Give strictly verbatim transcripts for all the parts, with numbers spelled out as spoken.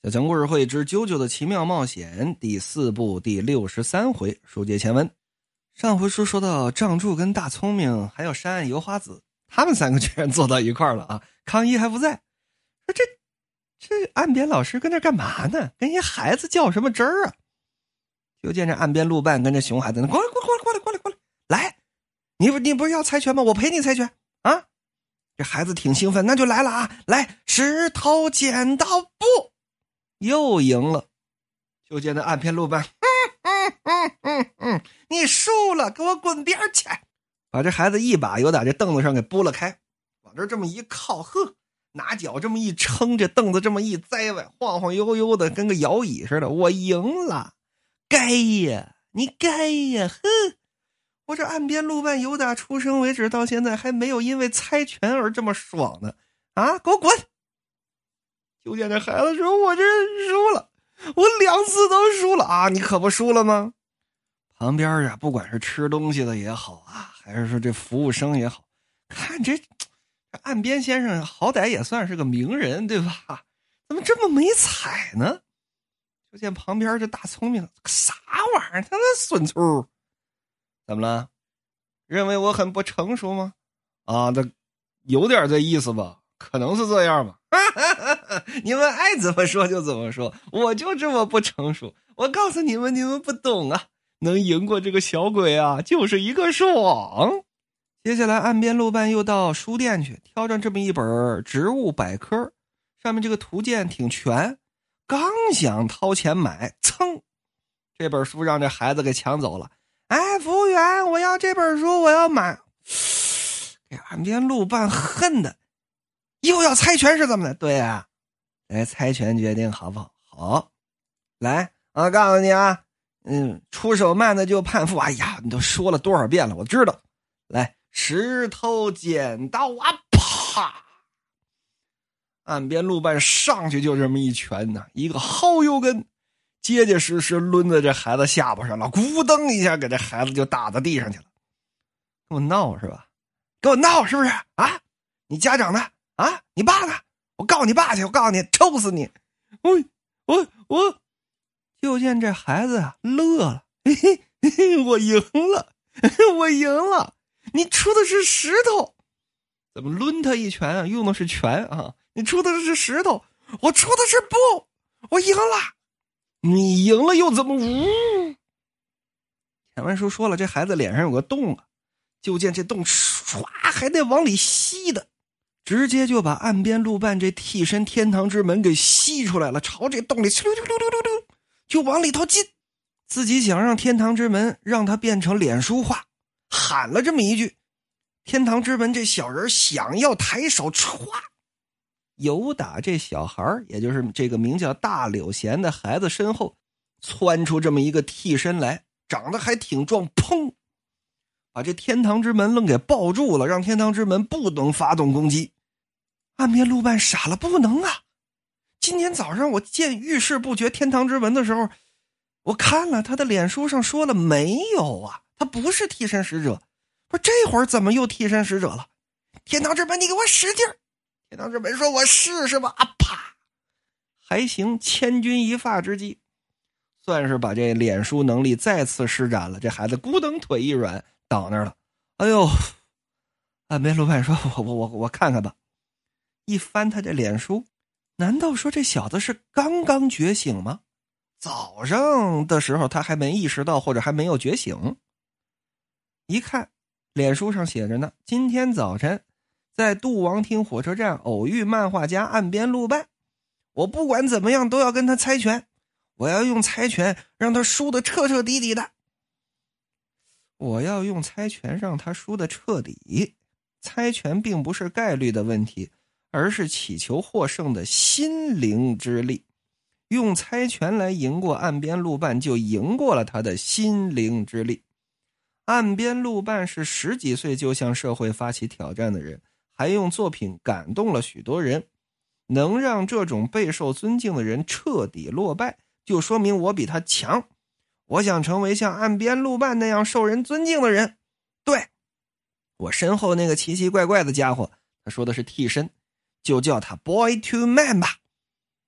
小强故事会之啾啾的奇妙冒险第四部第六十三回，书接前文。上回书说到仗助跟大聪明还有山岸由花子，他们三个居然坐到一块儿了啊！康一还不在，说这这岸边老师跟那干嘛呢？跟一孩子较什么真儿啊？就见这岸边路伴跟着熊孩子呢，过来过来过来过来过来来，你不你不是要猜拳吗？我陪你猜拳啊！这孩子挺兴奋，那就来了啊！来，石头剪刀布。又赢了，就见那岸边路伴，嗯嗯嗯嗯，你输了，给我滚边去！把这孩子一把又打这凳子上给拨了开，往这这么一靠，呵，拿脚这么一撑，这凳子这么一栽歪，晃晃悠悠的，跟个摇椅似的。我赢了，该呀，你该呀，哼！我这岸边路伴由打出生为止到现在还没有因为猜拳而这么爽呢！啊，给我滚！就见这孩子说，我这输了，我两次都输了啊！你可不输了吗？旁边啊，不管是吃东西的也好啊，还是说这服务生也好，看这这岸边先生好歹也算是个名人，对吧？怎么这么没彩呢？就见旁边这大聪明，啥玩意儿？他那损粗，怎么了？认为我很不成熟吗？啊，这有点这意思吧？可能是这样吧。你们爱怎么说就怎么说，我就这么不成熟。我告诉你们，你们不懂啊，能赢过这个小鬼啊，就是一个爽。接下来岸边路伴又到书店去，挑上这么一本植物百科，上面这个图鉴挺全，刚想掏钱买，噌，这本书让这孩子给抢走了。哎，服务员，我要这本书，我要买。给岸边路伴恨的又要猜拳是怎么的？对啊，来猜拳决定好不好？好，来，我告诉你啊，嗯，出手慢的就判负。哎呀，你都说了多少遍了，我知道。来，石头剪刀啊，啪！岸边路伴上去就这么一拳呢，一个薅油根，结结实实抡在这孩子下巴上了，咕噔一下给这孩子就打到地上去了。跟我闹是吧？跟我闹是不是啊？你家长呢？啊，你爸呢？我告你爸去！我告诉你，抽死你！我我我，就见这孩子啊乐了，嘿嘿嘿嘿，我赢了，我赢了！你出的是石头，怎么抡他一拳啊？用的是拳啊！你出的是石头，我出的是布，我赢了！你赢了又怎么？呜！前文书说了，这孩子脸上有个洞啊，就见这洞唰还得往里吸的。直接就把岸边路伴这替身天堂之门给吸出来了，朝这洞里溜溜溜溜溜溜就往里头进。自己想让天堂之门让它变成脸书化，喊了这么一句，天堂之门这小人想要抬手，歘，由打这小孩，也就是这个名叫大柳贤的孩子身后窜出这么一个替身来，长得还挺壮，砰，把这天堂之门愣给抱住了，让天堂之门不能发动攻击。岸边路伴傻了，不能啊！今天早上我见遇事不决天堂之门的时候，我看了他的脸书上说了没有啊，他不是替身使者。不是这会儿怎么又替身使者了？天堂之门，你给我使劲儿！天堂之门说：“我试试吧！”啊啪，还行，千钧一发之际，算是把这脸书能力再次施展了。这孩子咕噔腿一软，倒那儿了。哎呦！岸边路伴说：“我我我我看看吧。”一翻他这脸书，难道说这小子是刚刚觉醒吗？早上的时候他还没意识到，或者还没有觉醒。一看脸书上写着呢，今天早晨在杜王厅火车站偶遇漫画家岸边路伴，我不管怎么样都要跟他猜拳，我要用猜拳让他输得彻彻底底的。我要用猜拳让他输得彻底。猜拳并不是概率的问题，而是祈求获胜的心灵之力。用猜拳来赢过岸边路伴，就赢过了他的心灵之力。岸边路伴是十几岁就向社会发起挑战的人，还用作品感动了许多人。能让这种备受尊敬的人彻底落败，就说明我比他强。我想成为像岸边路伴那样受人尊敬的人。对，我身后那个奇奇怪怪的家伙，他说的是替身，就叫他 Boy to Man 吧。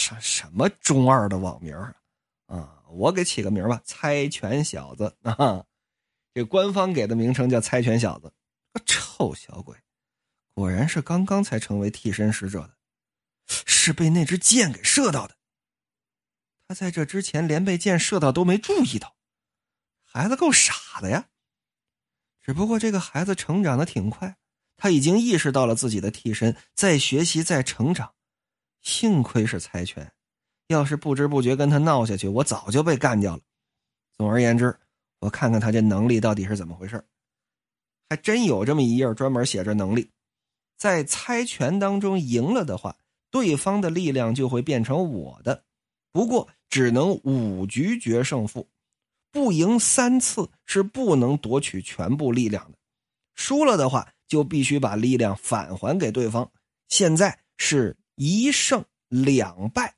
什什么中二的网名啊？啊，我给起个名吧，猜拳小子啊！这官方给的名称叫猜拳小子。个臭小鬼，果然是刚刚才成为替身使者的，是被那支箭给射到的。他在这之前连被箭射到都没注意到，孩子够傻的呀。只不过这个孩子成长的挺快，他已经意识到了自己的替身在学习在成长。幸亏是猜拳，要是不知不觉跟他闹下去，我早就被干掉了。总而言之，我看看他这能力到底是怎么回事。还真有这么一页专门写着能力，在猜拳当中赢了的话，对方的力量就会变成我的，不过只能五局决胜负，不赢三次是不能夺取全部力量的。输了的话就必须把力量返还给对方。现在是一胜两败，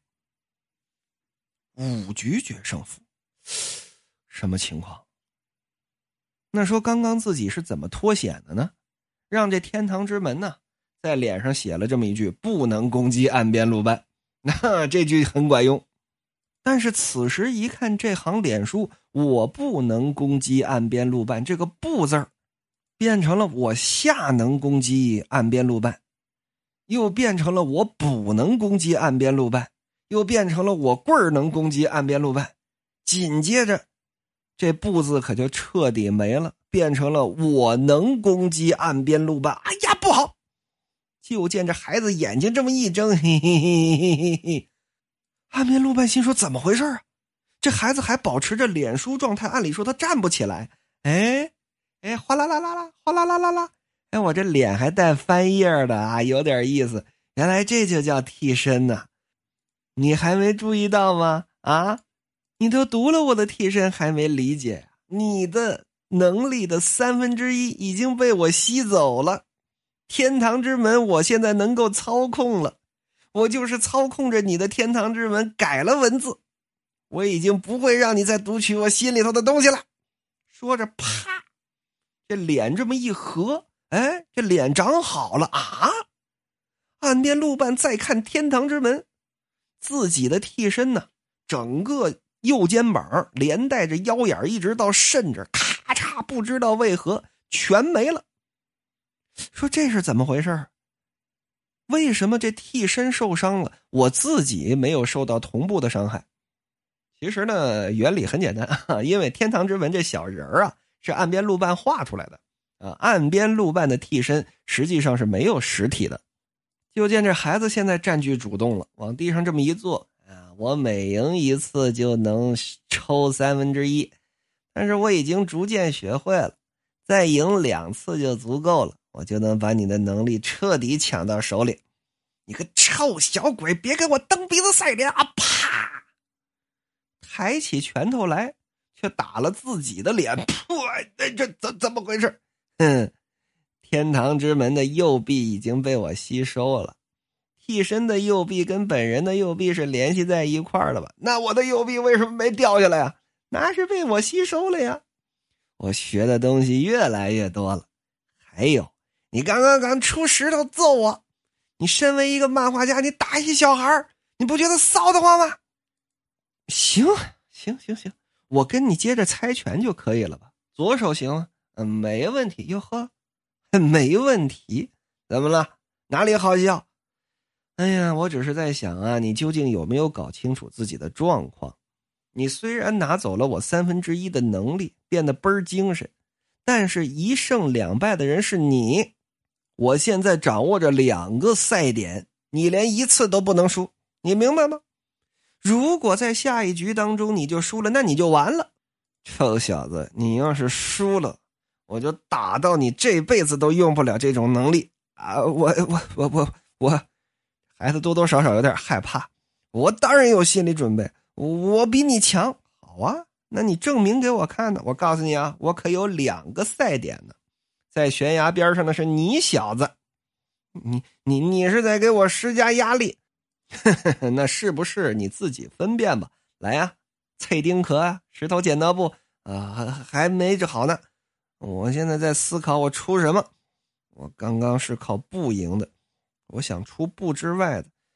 五局决胜负，什么情况？那说刚刚自己是怎么脱险的呢？让这天堂之门呢在脸上写了这么一句不能攻击岸边路伴，那这句很管用。但是此时一看这行脸书，我不能攻击岸边路伴，这个不字儿变成了我下能攻击岸边路伴，又变成了我补能攻击岸边路伴，又变成了我棍儿能攻击岸边路伴。紧接着这不字可就彻底没了，变成了我能攻击岸边路伴。哎呀，不好！就见这孩子眼睛这么一睁，嘿嘿嘿嘿嘿嘿。岸边路伴心说怎么回事啊？这孩子还保持着脸书状态，按理说他站不起来。哎哎，哗啦啦啦啦，哗啦啦啦啦。哎，我这脸还带翻页的啊，有点意思。原来这就叫替身呢。你还没注意到吗？啊？你都读了我的替身还没理解，你的能力的三分之一已经被我吸走了。天堂之门我现在能够操控了，我就是操控着你的天堂之门改了文字，我已经不会让你再读取我心里头的东西了。说着啪，这脸这么一合，哎，这脸长好了啊！岸边路伴再看天堂之门，自己的替身呢，整个右肩膀连带着腰眼一直到肾这咔嚓，不知道为何全没了。说这是怎么回事？为什么这替身受伤了，我自己没有受到同步的伤害？其实呢，原理很简单啊，因为天堂之门这小人儿啊是岸边路伴画出来的啊，岸边路伴的替身实际上是没有实体的。就见这孩子现在占据主动了，往地上这么一坐啊，我每赢一次就能抽三分之一，但是我已经逐渐学会了，再赢两次就足够了，我就能把你的能力彻底抢到手里。你个臭小鬼，别给我蹬鼻子赛脸啊！啪！抬起拳头来，却打了自己的脸。这这怎怎么回事？哼！天堂之门的右臂已经被我吸收了，替身的右臂跟本人的右臂是联系在一块儿了吧？那我的右臂为什么没掉下来呀？那是被我吸收了呀！我学的东西越来越多了。还有，你刚刚敢出石头揍我，你身为一个漫画家，你打一小孩，你不觉得骚得慌吗？行行行行，我跟你接着猜拳就可以了吧？左手行了，嗯，没问题。哟呵，没问题。怎么了？哪里好笑？哎呀，我只是在想啊，你究竟有没有搞清楚自己的状况？你虽然拿走了我三分之一的能力，变得倍儿精神，但是一胜两败的人是你。我现在掌握着两个赛点，你连一次都不能输，你明白吗？如果在下一局当中你就输了，那你就完了。臭小子，你要是输了，我就打到你这辈子都用不了这种能力啊！我我我我我，孩子多多少少有点害怕，我当然有心理准备，我比你强。好啊，那你证明给我看呢？我告诉你啊，我可有两个赛点呢，在悬崖边上的是你小子，你你你是在给我施加压力。那是不是你自己分辨吧？来呀、啊，脆丁壳啊，石头剪刀布啊，还没这好呢。我现在在思考我出什么。我刚刚是靠布赢的，我想出布之外的，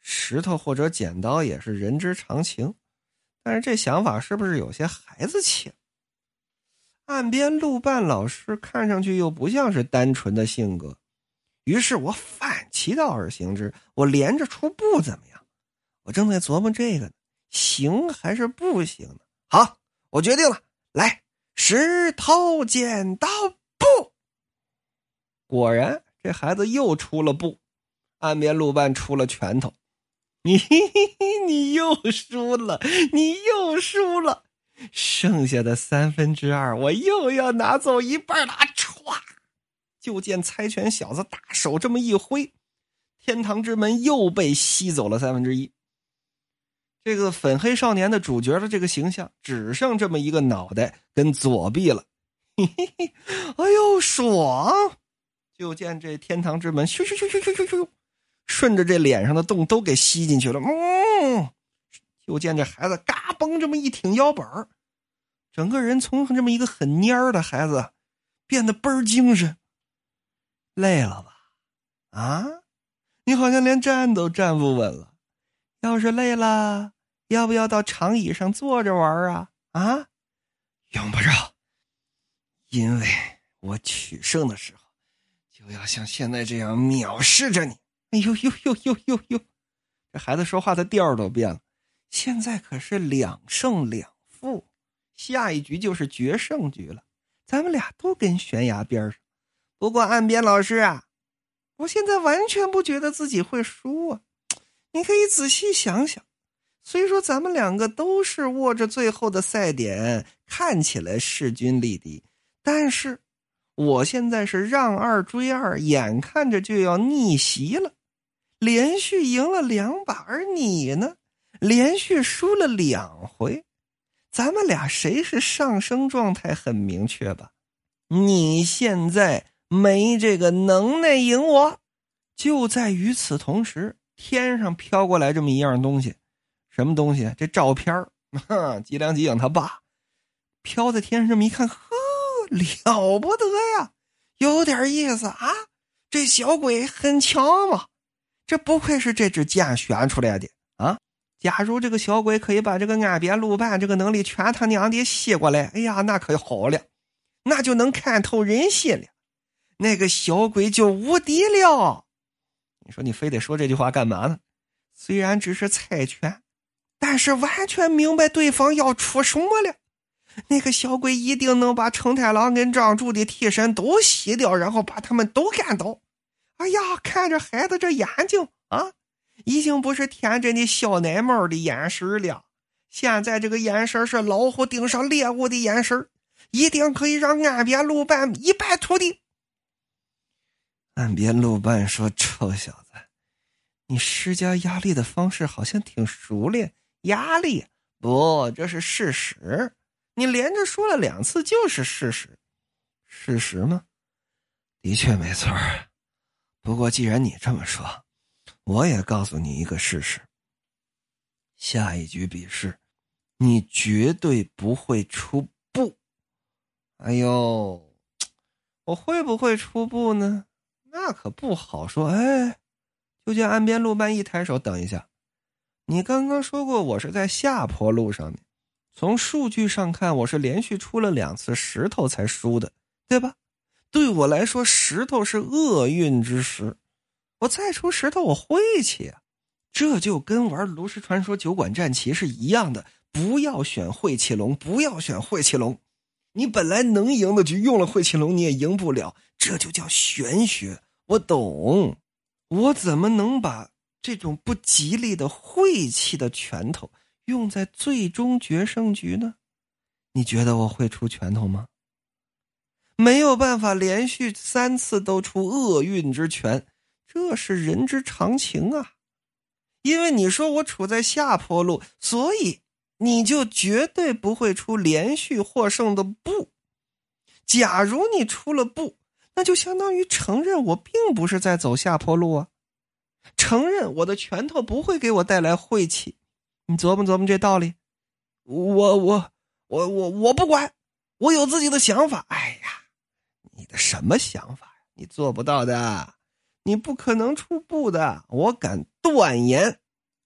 石头或者剪刀也是人之常情，但是这想法是不是有些孩子气？岸边路伴老师看上去又不像是单纯的性格，于是我反其道而行之，我连着出布怎么样？我正在琢磨这个呢，行还是不行呢？好，我决定了，来，石头剪刀布。果然这孩子又出了布，岸边路伴出了拳头。你你又输了，你又输了，剩下的三分之二我又要拿走一半了。歘，就见猜拳小子大手这么一挥，天堂之门又被吸走了三分之一。这个粉黑少年的主角的这个形象只剩这么一个脑袋跟左臂了。嘿嘿嘿，哎呦爽！就见这天堂之门咻咻咻咻咻咻咻，顺着这脸上的洞都给吸进去了。嗯，就见这孩子嘎嘣这么一挺腰板，整个人从这么一个很蔫儿的孩子变得倍儿精神。累了吧？啊，你好像连站都站不稳了。要是累了，要不要到长椅上坐着玩啊？啊，用不着，因为我取胜的时候就要像现在这样藐视着你。哎呦呦呦呦呦呦，这孩子说话的调都变了。现在可是两胜两负，下一局就是决胜局了，咱们俩都跟悬崖边上。不过岸边老师啊，我现在完全不觉得自己会输啊。你可以仔细想想，虽说咱们两个都是握着最后的赛点，看起来势均力敌，但是我现在是让二追二，眼看着就要逆袭了，连续赢了两把，而你呢，连续输了两回。咱们俩谁是上升状态很明确吧？你现在没这个能耐赢我。就在与此同时，天上飘过来这么一样东西。什么东西？这照片儿，吉良吉影他爸飘在天上这么一看，呵，了不得呀，有点意思啊，这小鬼很强嘛，这不愧是这支箭选出来的啊！假如这个小鬼可以把这个岸边路伴这个能力全他娘的吸过来，哎呀，那可好了，那就能看透人心了，那个小鬼就无敌了。你说你非得说这句话干嘛呢？虽然只是猜拳，但是完全明白对方要出什么了。那个小鬼一定能把承太郎跟张柱的替身都洗掉，然后把他们都干倒。哎呀，看着孩子这眼睛啊，已经不是天真的小奶猫的眼神了，现在这个眼神是老虎盯上猎物的眼神，一定可以让岸边路伴一败涂地。岸边路伴说，臭小子，你施加压力的方式好像挺熟练。压力？不，这是事实，你连着说了两次就是事实。事实吗？的确没错。不过既然你这么说，我也告诉你一个事实，下一局比试你绝对不会出布。哎呦，我会不会出布呢？那可不好说。哎，就见岸边路伴一抬手，等一下，你刚刚说过我是在下坡路上面，从数据上看我是连续出了两次石头才输的，对吧？对我来说石头是厄运之石，我再出石头我晦气啊。这就跟玩炉石传说酒馆战旗是一样的，不要选晦气龙，不要选晦气龙。你本来能赢的局用了晦气龙你也赢不了，这就叫玄学。我懂，我怎么能把这种不吉利的晦气的拳头用在最终决胜局呢？你觉得我会出拳头吗？没有办法连续三次都出厄运之拳，这是人之常情啊。因为你说我处在下坡路，所以你就绝对不会出连续获胜的布。假如你出了布，那就相当于承认我并不是在走下坡路啊，承认我的拳头不会给我带来晦气。你琢磨琢磨这道理。我我我我我不管，我有自己的想法。哎呀，你的什么想法？你做不到的，你不可能出布的，我敢断言。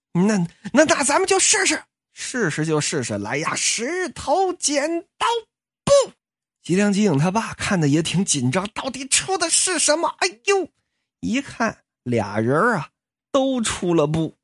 那那那咱们就试试，试试就试试，来呀，石头剪刀布。吉良吉影他爸看的也挺紧张，到底出的是什么？哎呦，一看俩人啊都出了布。